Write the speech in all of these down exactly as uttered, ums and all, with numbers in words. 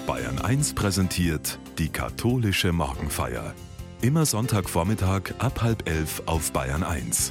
Bayern eins präsentiert die katholische Morgenfeier. Immer Sonntagvormittag ab halb elf auf Bayern eins.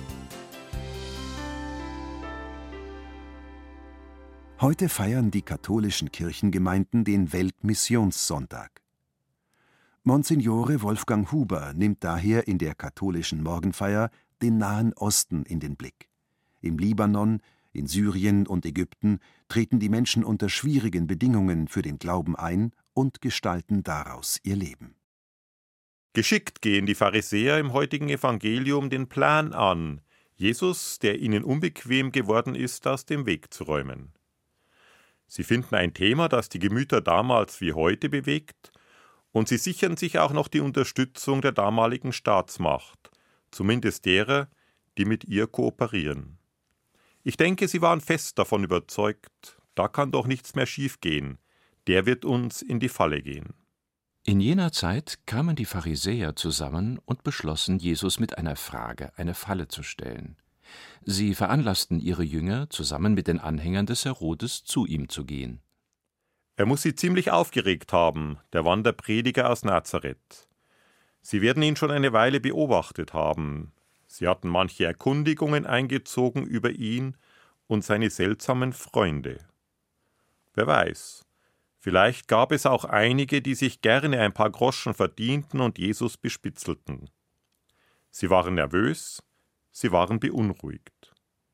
Heute feiern die katholischen Kirchengemeinden den Weltmissionssonntag. Monsignore Wolfgang Huber nimmt daher in der katholischen Morgenfeier den Nahen Osten in den Blick. Im Libanon, in Syrien und Ägypten treten die Menschen unter schwierigen Bedingungen für den Glauben ein und gestalten daraus ihr Leben. Geschickt gehen die Pharisäer im heutigen Evangelium den Plan an, Jesus, der ihnen unbequem geworden ist, aus dem Weg zu räumen. Sie finden ein Thema, das die Gemüter damals wie heute bewegt, und sie sichern sich auch noch die Unterstützung der damaligen Staatsmacht, zumindest derer, die mit ihr kooperieren. Ich denke, sie waren fest davon überzeugt, da kann doch nichts mehr schiefgehen, der wird uns in die Falle gehen. In jener Zeit kamen die Pharisäer zusammen und beschlossen, Jesus mit einer Frage eine Falle zu stellen. Sie veranlassten ihre Jünger, zusammen mit den Anhängern des Herodes zu ihm zu gehen. Er muss sie ziemlich aufgeregt haben, der Wanderprediger aus Nazareth. Sie werden ihn schon eine Weile beobachtet haben. Sie hatten manche Erkundigungen eingezogen über ihn und seine seltsamen Freunde. Wer weiß, vielleicht gab es auch einige, die sich gerne ein paar Groschen verdienten und Jesus bespitzelten. Sie waren nervös, sie waren beunruhigt.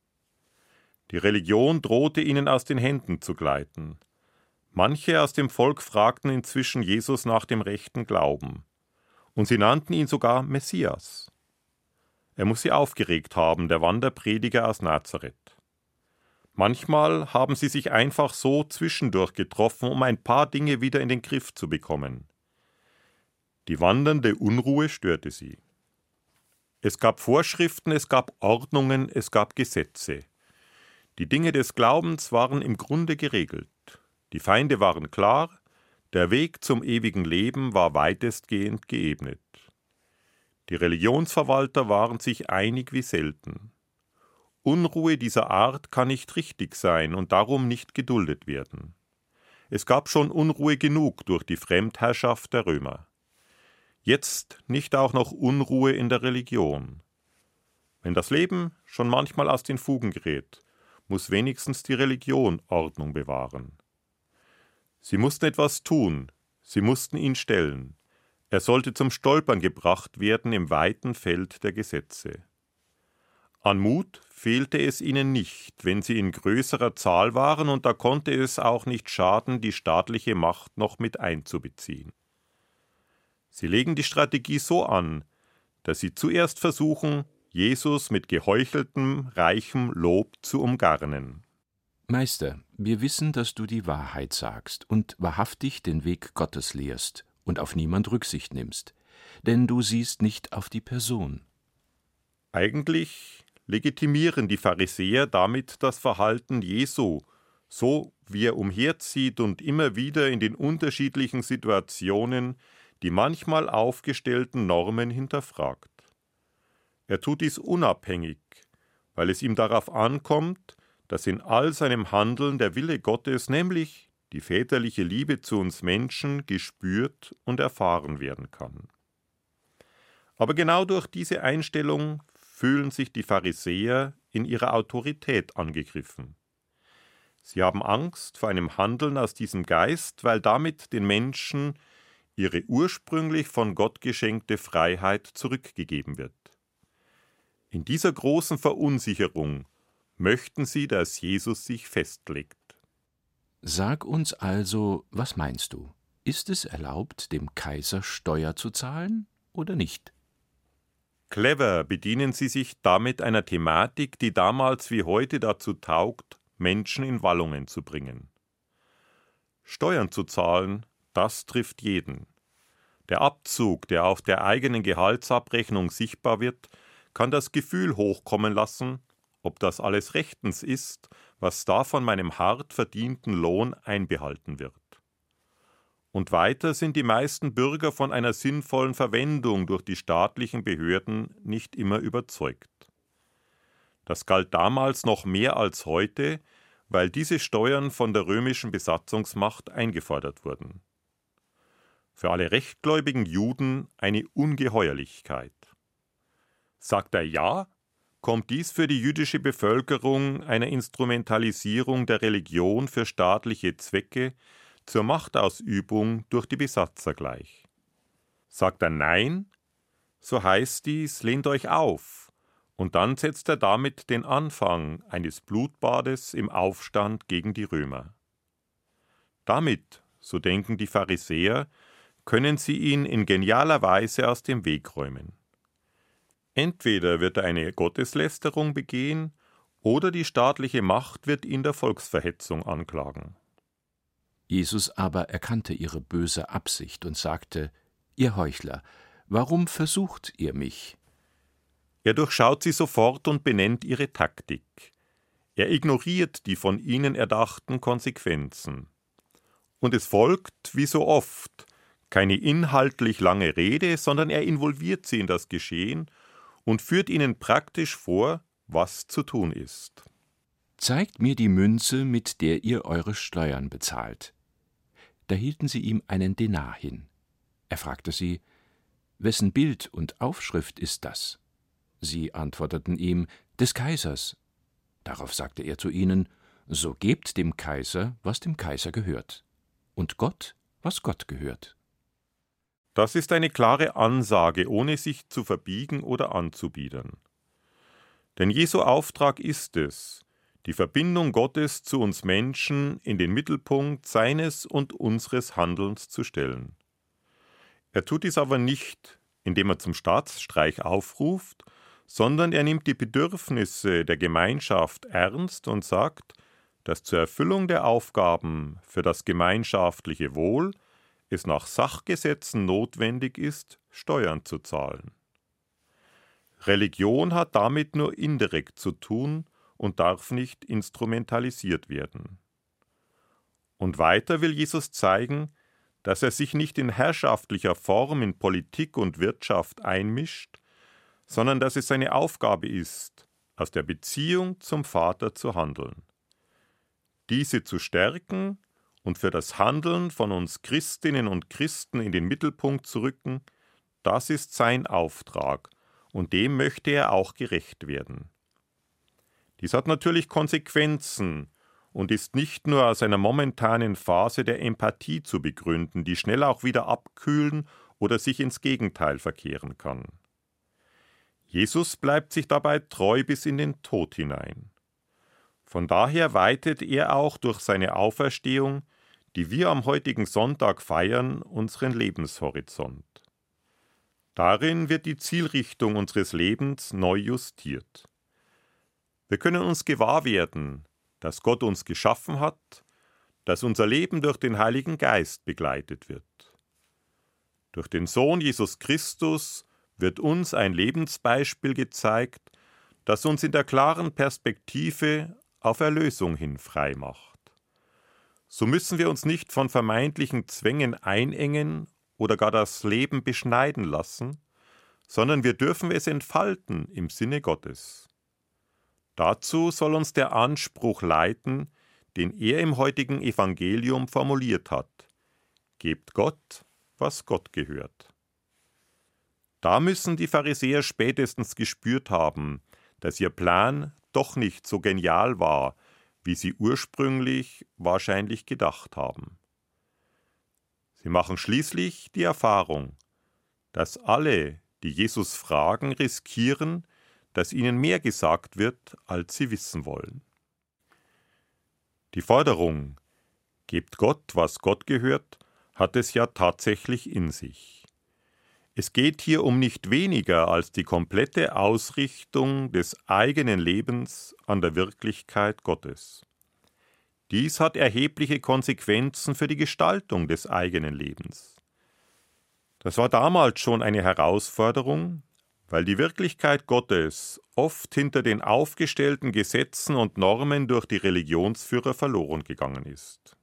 Die Religion drohte ihnen aus den Händen zu gleiten. Manche aus dem Volk fragten inzwischen Jesus nach dem rechten Glauben. Und sie nannten ihn sogar Messias. Er muss sie aufgeregt haben, der Wanderprediger aus Nazareth. Manchmal haben sie sich einfach so zwischendurch getroffen, um ein paar Dinge wieder in den Griff zu bekommen. Die wandernde Unruhe störte sie. Es gab Vorschriften, es gab Ordnungen, es gab Gesetze. Die Dinge des Glaubens waren im Grunde geregelt. Die Feinde waren klar, der Weg zum ewigen Leben war weitestgehend geebnet. Die Religionsverwalter waren sich einig wie selten. Unruhe dieser Art kann nicht richtig sein und darum nicht geduldet werden. Es gab schon Unruhe genug durch die Fremdherrschaft der Römer. Jetzt nicht auch noch Unruhe in der Religion. Wenn das Leben schon manchmal aus den Fugen gerät, muss wenigstens die Religion Ordnung bewahren. Sie mussten etwas tun, sie mussten ihn stellen. Er sollte zum Stolpern gebracht werden im weiten Feld der Gesetze. An Mut fehlte es ihnen nicht, wenn sie in größerer Zahl waren, und da konnte es auch nicht schaden, die staatliche Macht noch mit einzubeziehen. Sie legen die Strategie so an, dass sie zuerst versuchen, Jesus mit geheucheltem, reichem Lob zu umgarnen. Meister, wir wissen, dass du die Wahrheit sagst und wahrhaftig den Weg Gottes lehrst und auf niemand Rücksicht nimmst, denn du siehst nicht auf die Person. Eigentlich legitimieren die Pharisäer damit das Verhalten Jesu, so wie er umherzieht und immer wieder in den unterschiedlichen Situationen die manchmal aufgestellten Normen hinterfragt. Er tut dies unabhängig, weil es ihm darauf ankommt, dass in all seinem Handeln der Wille Gottes, nämlich die väterliche Liebe zu uns Menschen, gespürt und erfahren werden kann. Aber genau durch diese Einstellung fühlen sich die Pharisäer in ihrer Autorität angegriffen. Sie haben Angst vor einem Handeln aus diesem Geist, weil damit den Menschen ihre ursprünglich von Gott geschenkte Freiheit zurückgegeben wird. In dieser großen Verunsicherung möchten sie, dass Jesus sich festlegt. Sag uns also, was meinst du? Ist es erlaubt, dem Kaiser Steuer zu zahlen oder nicht? Clever bedienen sie sich damit einer Thematik, die damals wie heute dazu taugt, Menschen in Wallungen zu bringen. Steuern zu zahlen, das trifft jeden. Der Abzug, der auf der eigenen Gehaltsabrechnung sichtbar wird, kann das Gefühl hochkommen lassen, ob das alles rechtens ist, was da von meinem hart verdienten Lohn einbehalten wird. Und weiter sind die meisten Bürger von einer sinnvollen Verwendung durch die staatlichen Behörden nicht immer überzeugt. Das galt damals noch mehr als heute, weil diese Steuern von der römischen Besatzungsmacht eingefordert wurden. für alle rechtgläubigen Juden eine Ungeheuerlichkeit. Sagt er ja, kommt dies für die jüdische Bevölkerung einer Instrumentalisierung der Religion für staatliche Zwecke zur Machtausübung durch die Besatzer gleich. Sagt er Nein, so heißt dies, lehnt euch auf, und dann setzt er damit den Anfang eines Blutbades im Aufstand gegen die Römer. Damit, so denken die Pharisäer, können sie ihn in genialer Weise aus dem Weg räumen. Entweder wird er eine Gotteslästerung begehen, oder die staatliche Macht wird ihn der Volksverhetzung anklagen. Jesus aber erkannte ihre böse Absicht und sagte: Ihr Heuchler, warum versucht ihr mich? Er durchschaut sie sofort und benennt ihre Taktik. Er ignoriert die von ihnen erdachten Konsequenzen. Und es folgt, wie so oft, keine inhaltlich lange Rede, sondern er involviert sie in das Geschehen und führt ihnen praktisch vor, was zu tun ist. Zeigt mir die Münze, mit der ihr eure Steuern bezahlt. Da hielten sie ihm einen Denar hin. Er fragte sie: Wessen Bild und Aufschrift ist das? Sie antworteten ihm: Des Kaisers. Darauf sagte er zu ihnen: So gebt dem Kaiser, was dem Kaiser gehört, und Gott, was Gott gehört. Das ist eine klare Ansage, ohne sich zu verbiegen oder anzubiedern. Denn Jesu Auftrag ist es, die Verbindung Gottes zu uns Menschen in den Mittelpunkt seines und unseres Handelns zu stellen. Er tut dies aber nicht, indem er zum Staatsstreich aufruft, sondern er nimmt die Bedürfnisse der Gemeinschaft ernst und sagt, dass zur Erfüllung der Aufgaben für das gemeinschaftliche Wohl es nach Sachgesetzen notwendig ist, Steuern zu zahlen. Religion hat damit nur indirekt zu tun und darf nicht instrumentalisiert werden. Und weiter will Jesus zeigen, dass er sich nicht in herrschaftlicher Form in Politik und Wirtschaft einmischt, sondern dass es seine Aufgabe ist, aus der Beziehung zum Vater zu handeln. Diese zu stärken und für das Handeln von uns Christinnen und Christen in den Mittelpunkt zu rücken, das ist sein Auftrag, und dem möchte er auch gerecht werden. Dies hat natürlich Konsequenzen und ist nicht nur aus einer momentanen Phase der Empathie zu begründen, die schnell auch wieder abkühlen oder sich ins Gegenteil verkehren kann. Jesus bleibt sich dabei treu bis in den Tod hinein. Von daher weitet er auch durch seine Auferstehung, die wir am heutigen Sonntag feiern, unseren Lebenshorizont. Darin wird die Zielrichtung unseres Lebens neu justiert. Wir können uns gewahr werden, dass Gott uns geschaffen hat, dass unser Leben durch den Heiligen Geist begleitet wird. Durch den Sohn Jesus Christus wird uns ein Lebensbeispiel gezeigt, das uns in der klaren Perspektive auf Erlösung hin frei macht. So müssen wir uns nicht von vermeintlichen Zwängen einengen oder gar das Leben beschneiden lassen, sondern wir dürfen es entfalten im Sinne Gottes. Dazu soll uns der Anspruch leiten, den er im heutigen Evangelium formuliert hat: Gebt Gott, was Gott gehört. Da müssen die Pharisäer spätestens gespürt haben, dass ihr Plan doch nicht so genial war, wie sie ursprünglich wahrscheinlich gedacht haben. Sie machen schließlich die Erfahrung, dass alle, die Jesus fragen, riskieren, dass ihnen mehr gesagt wird, als sie wissen wollen. Die Forderung, gebt Gott, was Gott gehört, hat es ja tatsächlich in sich. Es geht hier um nicht weniger als die komplette Ausrichtung des eigenen Lebens an der Wirklichkeit Gottes. Dies hat erhebliche Konsequenzen für die Gestaltung des eigenen Lebens. Das war damals schon eine Herausforderung, weil die Wirklichkeit Gottes oft hinter den aufgestellten Gesetzen und Normen durch die Religionsführer verloren gegangen ist.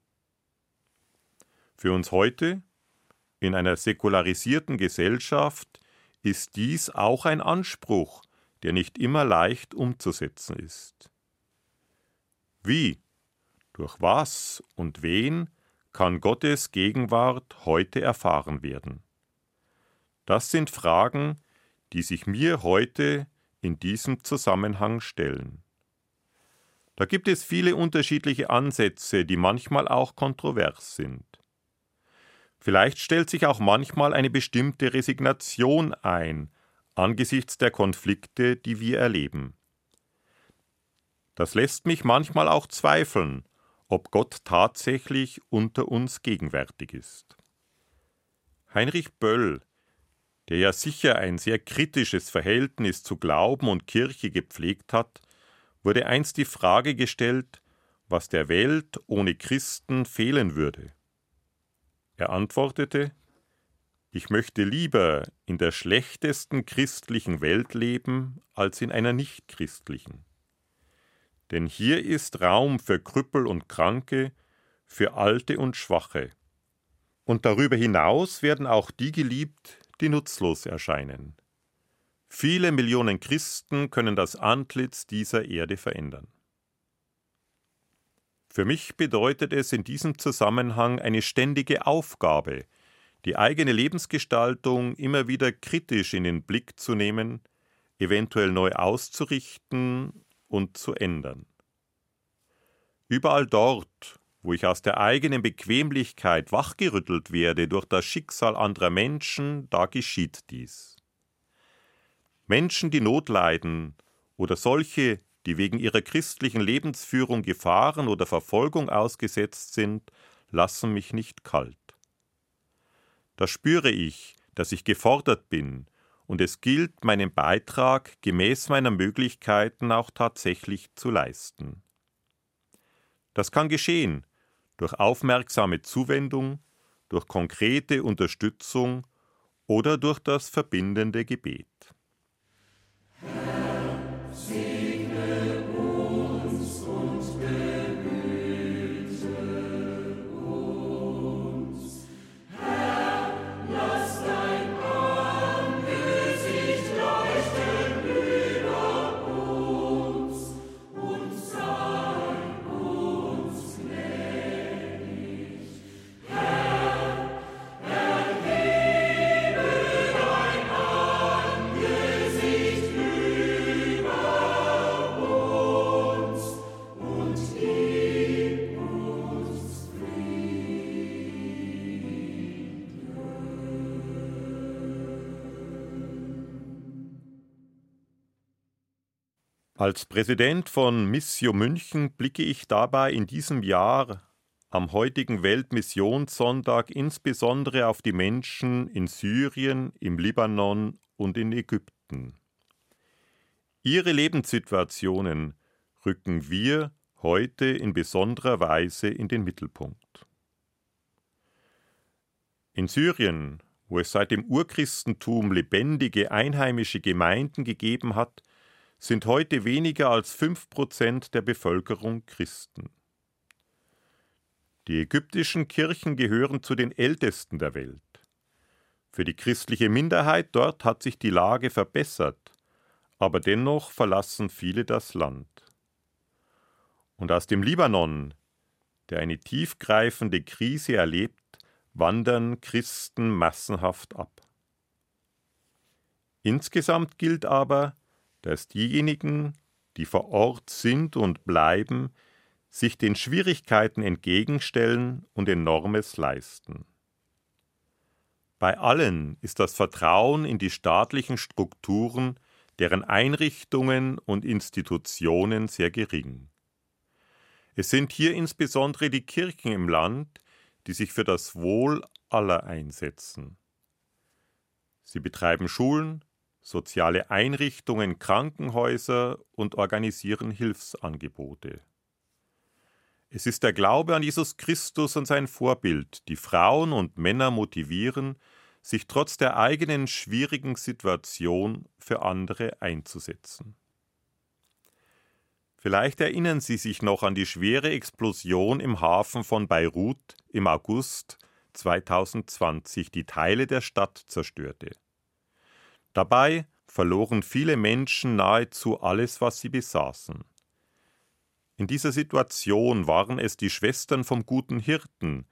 Für uns heute, in einer säkularisierten Gesellschaft, ist dies auch ein Anspruch, der nicht immer leicht umzusetzen ist. Wie, durch was und wen kann Gottes Gegenwart heute erfahren werden? Das sind Fragen, die sich mir heute in diesem Zusammenhang stellen. Da gibt es viele unterschiedliche Ansätze, die manchmal auch kontrovers sind. Vielleicht stellt sich auch manchmal eine bestimmte Resignation ein, angesichts der Konflikte, die wir erleben. Das lässt mich manchmal auch zweifeln, ob Gott tatsächlich unter uns gegenwärtig ist. Heinrich Böll, der ja sicher ein sehr kritisches Verhältnis zu Glauben und Kirche gepflegt hat, wurde einst die Frage gestellt, was der Welt ohne Christen fehlen würde. Er antwortete: Ich möchte lieber in der schlechtesten christlichen Welt leben, als in einer nichtchristlichen. Denn hier ist Raum für Krüppel und Kranke, für Alte und Schwache. Und darüber hinaus werden auch die geliebt, die nutzlos erscheinen. Viele Millionen Christen können das Antlitz dieser Erde verändern. Für mich bedeutet es in diesem Zusammenhang eine ständige Aufgabe, die eigene Lebensgestaltung immer wieder kritisch in den Blick zu nehmen, eventuell neu auszurichten und zu ändern. Überall dort, wo ich aus der eigenen Bequemlichkeit wachgerüttelt werde durch das Schicksal anderer Menschen, da geschieht dies. Menschen, die Not leiden, oder solche, die wegen ihrer christlichen Lebensführung Gefahren oder Verfolgung ausgesetzt sind, lassen mich nicht kalt. Da spüre ich, dass ich gefordert bin, und es gilt, meinen Beitrag gemäß meiner Möglichkeiten auch tatsächlich zu leisten. Das kann geschehen durch aufmerksame Zuwendung, durch konkrete Unterstützung oder durch das verbindende Gebet. Als Präsident von Missio München blicke ich dabei in diesem Jahr am heutigen Weltmissionssonntag insbesondere auf die Menschen in Syrien, im Libanon und in Ägypten. Ihre Lebenssituationen rücken wir heute in besonderer Weise in den Mittelpunkt. In Syrien, wo es seit dem Urchristentum lebendige einheimische Gemeinden gegeben hat, sind heute weniger als fünf Prozent der Bevölkerung Christen. Die ägyptischen Kirchen gehören zu den ältesten der Welt. Für die christliche Minderheit dort hat sich die Lage verbessert, aber dennoch verlassen viele das Land. Und aus dem Libanon, der eine tiefgreifende Krise erlebt, wandern Christen massenhaft ab. Insgesamt gilt aber, dass diejenigen, die vor Ort sind und bleiben, sich den Schwierigkeiten entgegenstellen und Enormes leisten. Bei allen ist das Vertrauen in die staatlichen Strukturen, deren Einrichtungen und Institutionen sehr gering. Es sind hier insbesondere die Kirchen im Land, die sich für das Wohl aller einsetzen. Sie betreiben Schulen, soziale Einrichtungen, Krankenhäuser und organisieren Hilfsangebote. Es ist der Glaube an Jesus Christus und sein Vorbild, die Frauen und Männer motivieren, sich trotz der eigenen schwierigen Situation für andere einzusetzen. Vielleicht erinnern Sie sich noch an die schwere Explosion im Hafen von Beirut im August zweitausendzwanzig, die Teile der Stadt zerstörte. Dabei verloren viele Menschen nahezu alles, was sie besaßen. In dieser Situation waren es die Schwestern vom Guten Hirten,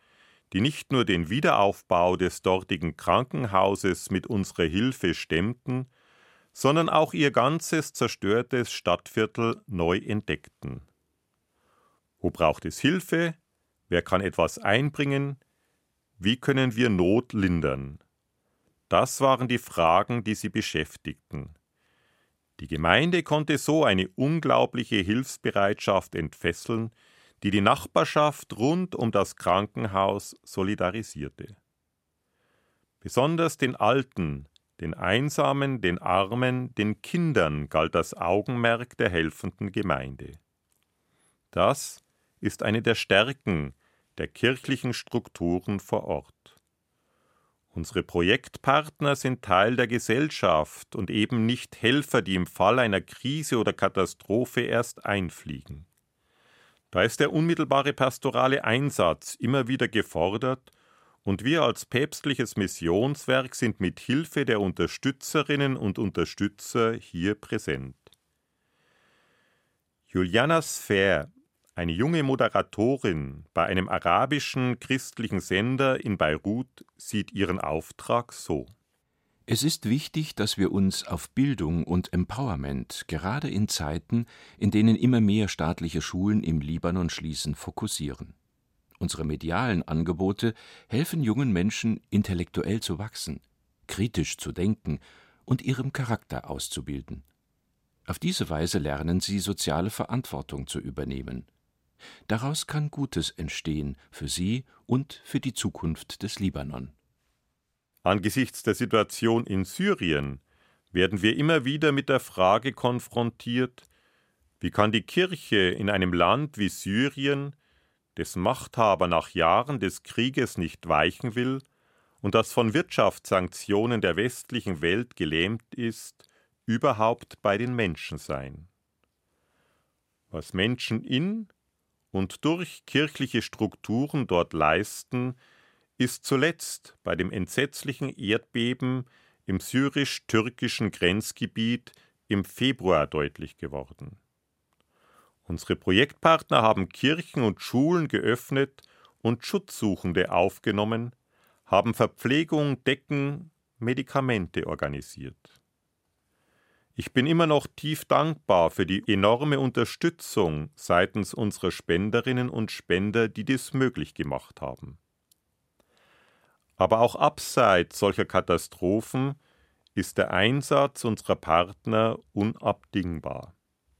die nicht nur den Wiederaufbau des dortigen Krankenhauses mit unserer Hilfe stemmten, sondern auch ihr ganzes zerstörtes Stadtviertel neu entdeckten. Wo braucht es Hilfe? Wer kann etwas einbringen? Wie können wir Not lindern? Das waren die Fragen, die sie beschäftigten. Die Gemeinde konnte so eine unglaubliche Hilfsbereitschaft entfesseln, die die Nachbarschaft rund um das Krankenhaus solidarisierte. Besonders den Alten, den Einsamen, den Armen, den Kindern galt das Augenmerk der helfenden Gemeinde. Das ist eine der Stärken der kirchlichen Strukturen vor Ort. Unsere Projektpartner sind Teil der Gesellschaft und eben nicht Helfer, die im Fall einer Krise oder Katastrophe erst einfliegen. Da ist der unmittelbare pastorale Einsatz immer wieder gefordert und wir als päpstliches Missionswerk sind mit Hilfe der Unterstützerinnen und Unterstützer hier präsent. Juliana Sfer, eine junge Moderatorin bei einem arabischen christlichen Sender in Beirut, sieht ihren Auftrag so. Es ist wichtig, dass wir uns auf Bildung und Empowerment gerade in Zeiten, in denen immer mehr staatliche Schulen im Libanon schließen, fokussieren. Unsere medialen Angebote helfen jungen Menschen, intellektuell zu wachsen, kritisch zu denken und ihrem Charakter auszubilden. Auf diese Weise lernen sie, soziale Verantwortung zu übernehmen. Daraus kann Gutes entstehen für sie und für die Zukunft des Libanon. Angesichts der Situation in Syrien werden wir immer wieder mit der Frage konfrontiert, wie kann die Kirche in einem Land wie Syrien, dessen Machthaber nach Jahren des Krieges nicht weichen will und das von Wirtschaftssanktionen der westlichen Welt gelähmt ist, überhaupt bei den Menschen sein. Was Menschen in und durch kirchliche Strukturen dort leisten, ist zuletzt bei dem entsetzlichen Erdbeben im syrisch-türkischen Grenzgebiet im Februar deutlich geworden. Unsere Projektpartner haben Kirchen und Schulen geöffnet und Schutzsuchende aufgenommen, haben Verpflegung, Decken, Medikamente organisiert. Ich bin immer noch tief dankbar für die enorme Unterstützung seitens unserer Spenderinnen und Spender, die dies möglich gemacht haben. Aber auch abseits solcher Katastrophen ist der Einsatz unserer Partner unabdingbar.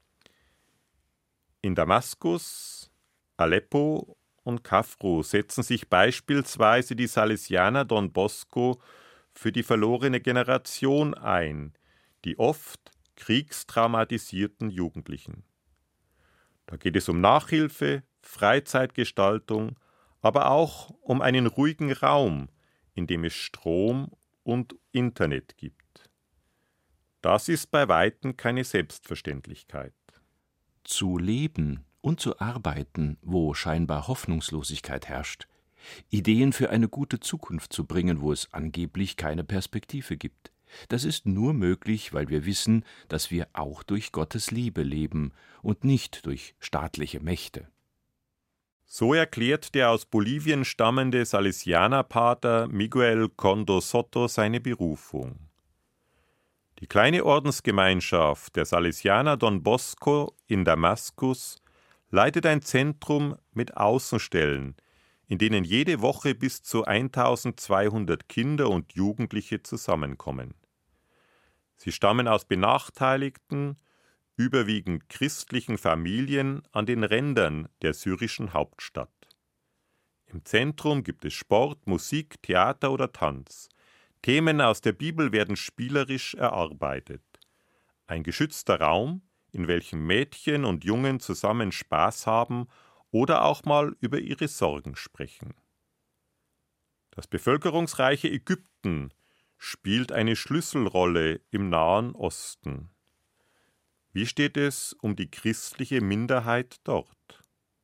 In Damaskus, Aleppo und Kafru setzen sich beispielsweise die Salesianer Don Bosco für die verlorene Generation ein, die oft kriegstraumatisierten Jugendlichen. Da geht es um Nachhilfe, Freizeitgestaltung, aber auch um einen ruhigen Raum, in dem es Strom und Internet gibt. Das ist bei weitem keine Selbstverständlichkeit. Zu leben und zu arbeiten, wo scheinbar Hoffnungslosigkeit herrscht, Ideen für eine gute Zukunft zu bringen, wo es angeblich keine Perspektive gibt. Das ist nur möglich, weil wir wissen, dass wir auch durch Gottes Liebe leben und nicht durch staatliche Mächte. So erklärt der aus Bolivien stammende Salesianerpater Miguel Condo Soto seine Berufung. Die kleine Ordensgemeinschaft der Salesianer Don Bosco in Damaskus leitet ein Zentrum mit Außenstellen, in denen jede Woche bis zu eintausendzweihundert Kinder und Jugendliche zusammenkommen. Sie stammen aus benachteiligten, überwiegend christlichen Familien an den Rändern der syrischen Hauptstadt. Im Zentrum gibt es Sport, Musik, Theater oder Tanz. Themen aus der Bibel werden spielerisch erarbeitet. Ein geschützter Raum, in welchem Mädchen und Jungen zusammen Spaß haben oder auch mal über ihre Sorgen sprechen. Das bevölkerungsreiche Ägypten spielt eine Schlüsselrolle im Nahen Osten. Wie steht es um die christliche Minderheit dort?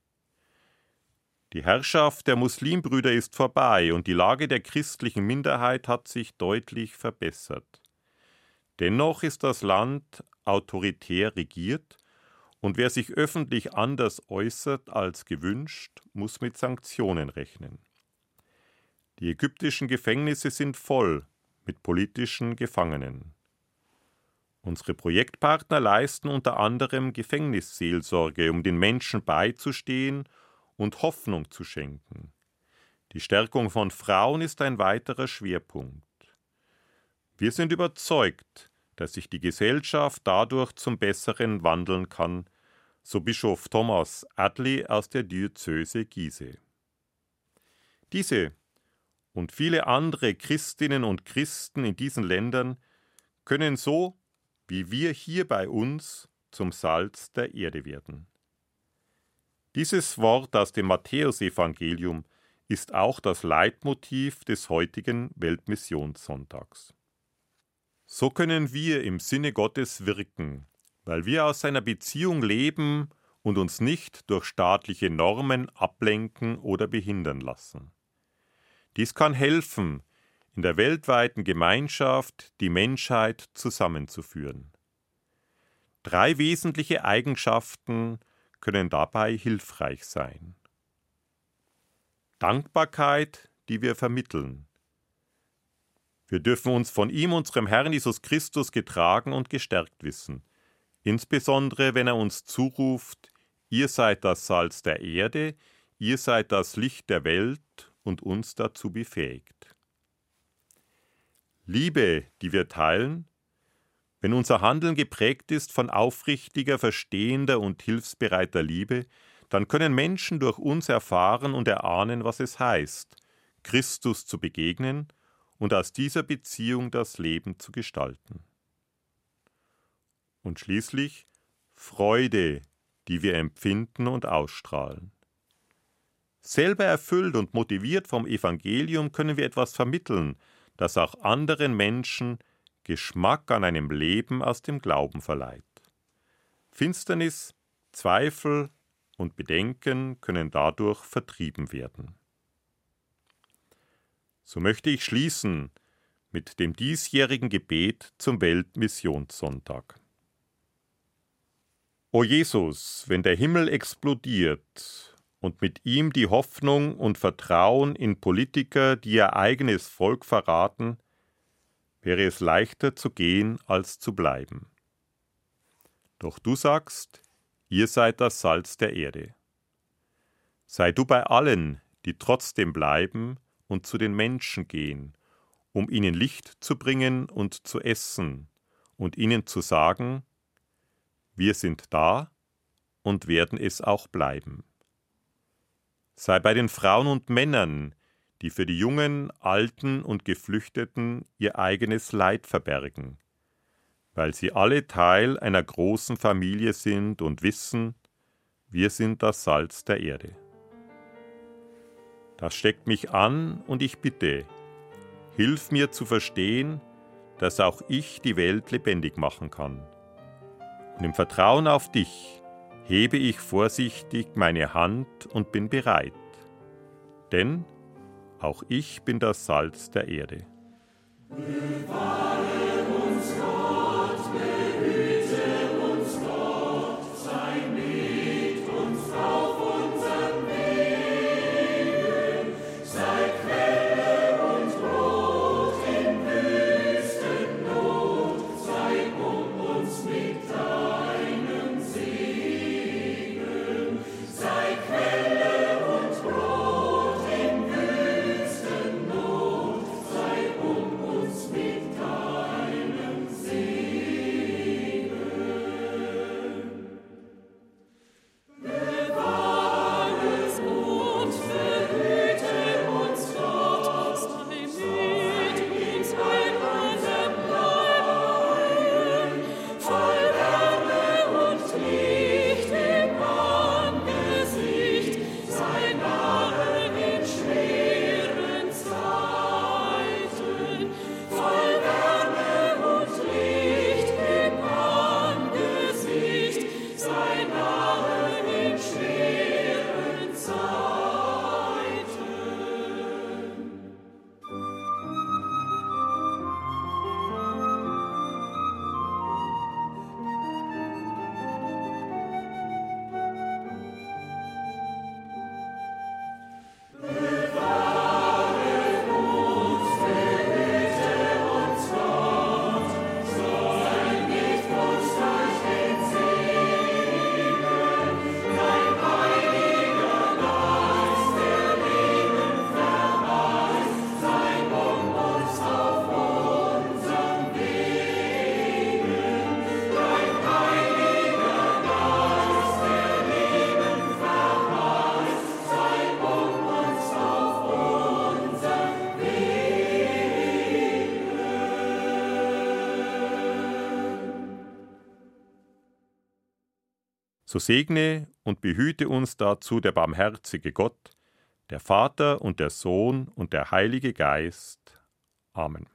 Die Herrschaft der Muslimbrüder ist vorbei und die Lage der christlichen Minderheit hat sich deutlich verbessert. Dennoch ist das Land autoritär regiert und wer sich öffentlich anders äußert als gewünscht, muss mit Sanktionen rechnen. Die ägyptischen Gefängnisse sind voll mit politischen Gefangenen. Unsere Projektpartner leisten unter anderem Gefängnisseelsorge, um den Menschen beizustehen und Hoffnung zu schenken. Die Stärkung von Frauen ist ein weiterer Schwerpunkt. Wir sind überzeugt, dass sich die Gesellschaft dadurch zum Besseren wandeln kann, so Bischof Thomas Adli aus der Diözese Gizeh. Diese und viele andere Christinnen und Christen in diesen Ländern können so, wie wir hier bei uns, zum Salz der Erde werden. Dieses Wort aus dem Matthäusevangelium ist auch das Leitmotiv des heutigen Weltmissionssonntags. So können wir im Sinne Gottes wirken, weil wir aus seiner Beziehung leben und uns nicht durch staatliche Normen ablenken oder behindern lassen. Dies kann helfen, in der weltweiten Gemeinschaft die Menschheit zusammenzuführen. Drei wesentliche Eigenschaften können dabei hilfreich sein. Dankbarkeit, die wir vermitteln. Wir dürfen uns von ihm, unserem Herrn Jesus Christus, getragen und gestärkt wissen, insbesondere wenn er uns zuruft, ihr seid das Salz der Erde, ihr seid das Licht der Welt und uns dazu befähigt. Liebe, die wir teilen, wenn unser Handeln geprägt ist von aufrichtiger, verstehender und hilfsbereiter Liebe, dann können Menschen durch uns erfahren und erahnen, was es heißt, Christus zu begegnen und aus dieser Beziehung das Leben zu gestalten. Und schließlich Freude, die wir empfinden und ausstrahlen. Selber erfüllt und motiviert vom Evangelium können wir etwas vermitteln, das auch anderen Menschen Geschmack an einem Leben aus dem Glauben verleiht. Finsternis, Zweifel und Bedenken können dadurch vertrieben werden. So möchte ich schließen mit dem diesjährigen Gebet zum Weltmissionssonntag. O Jesus, wenn der Himmel explodiert und mit ihm die Hoffnung und Vertrauen in Politiker, die ihr eigenes Volk verraten, wäre es leichter zu gehen als zu bleiben. Doch du sagst, ihr seid das Salz der Erde. Sei du bei allen, die trotzdem bleiben und zu den Menschen gehen, um ihnen Licht zu bringen und zu essen und ihnen zu sagen, wir sind da und werden es auch bleiben. Sei bei den Frauen und Männern, die für die Jungen, Alten und Geflüchteten ihr eigenes Leid verbergen, weil sie alle Teil einer großen Familie sind und wissen, wir sind das Salz der Erde. Das steckt mich an und ich bitte, hilf mir zu verstehen, dass auch ich die Welt lebendig machen kann. Und im Vertrauen auf dich hebe ich vorsichtig meine Hand und bin bereit. Denn auch ich bin das Salz der Erde. Bewahre uns Gott, behüte uns Gott, sei mit uns auf unseren Wegen, sei Quelle und Brot in Wüstennot, sei um uns mit deinem Segen, sei Quelle und Brot in Wüstennot, sei um uns mit deinem So segne und behüte uns dazu der barmherzige Gott, der Vater und der Sohn und der Heilige Geist. Amen.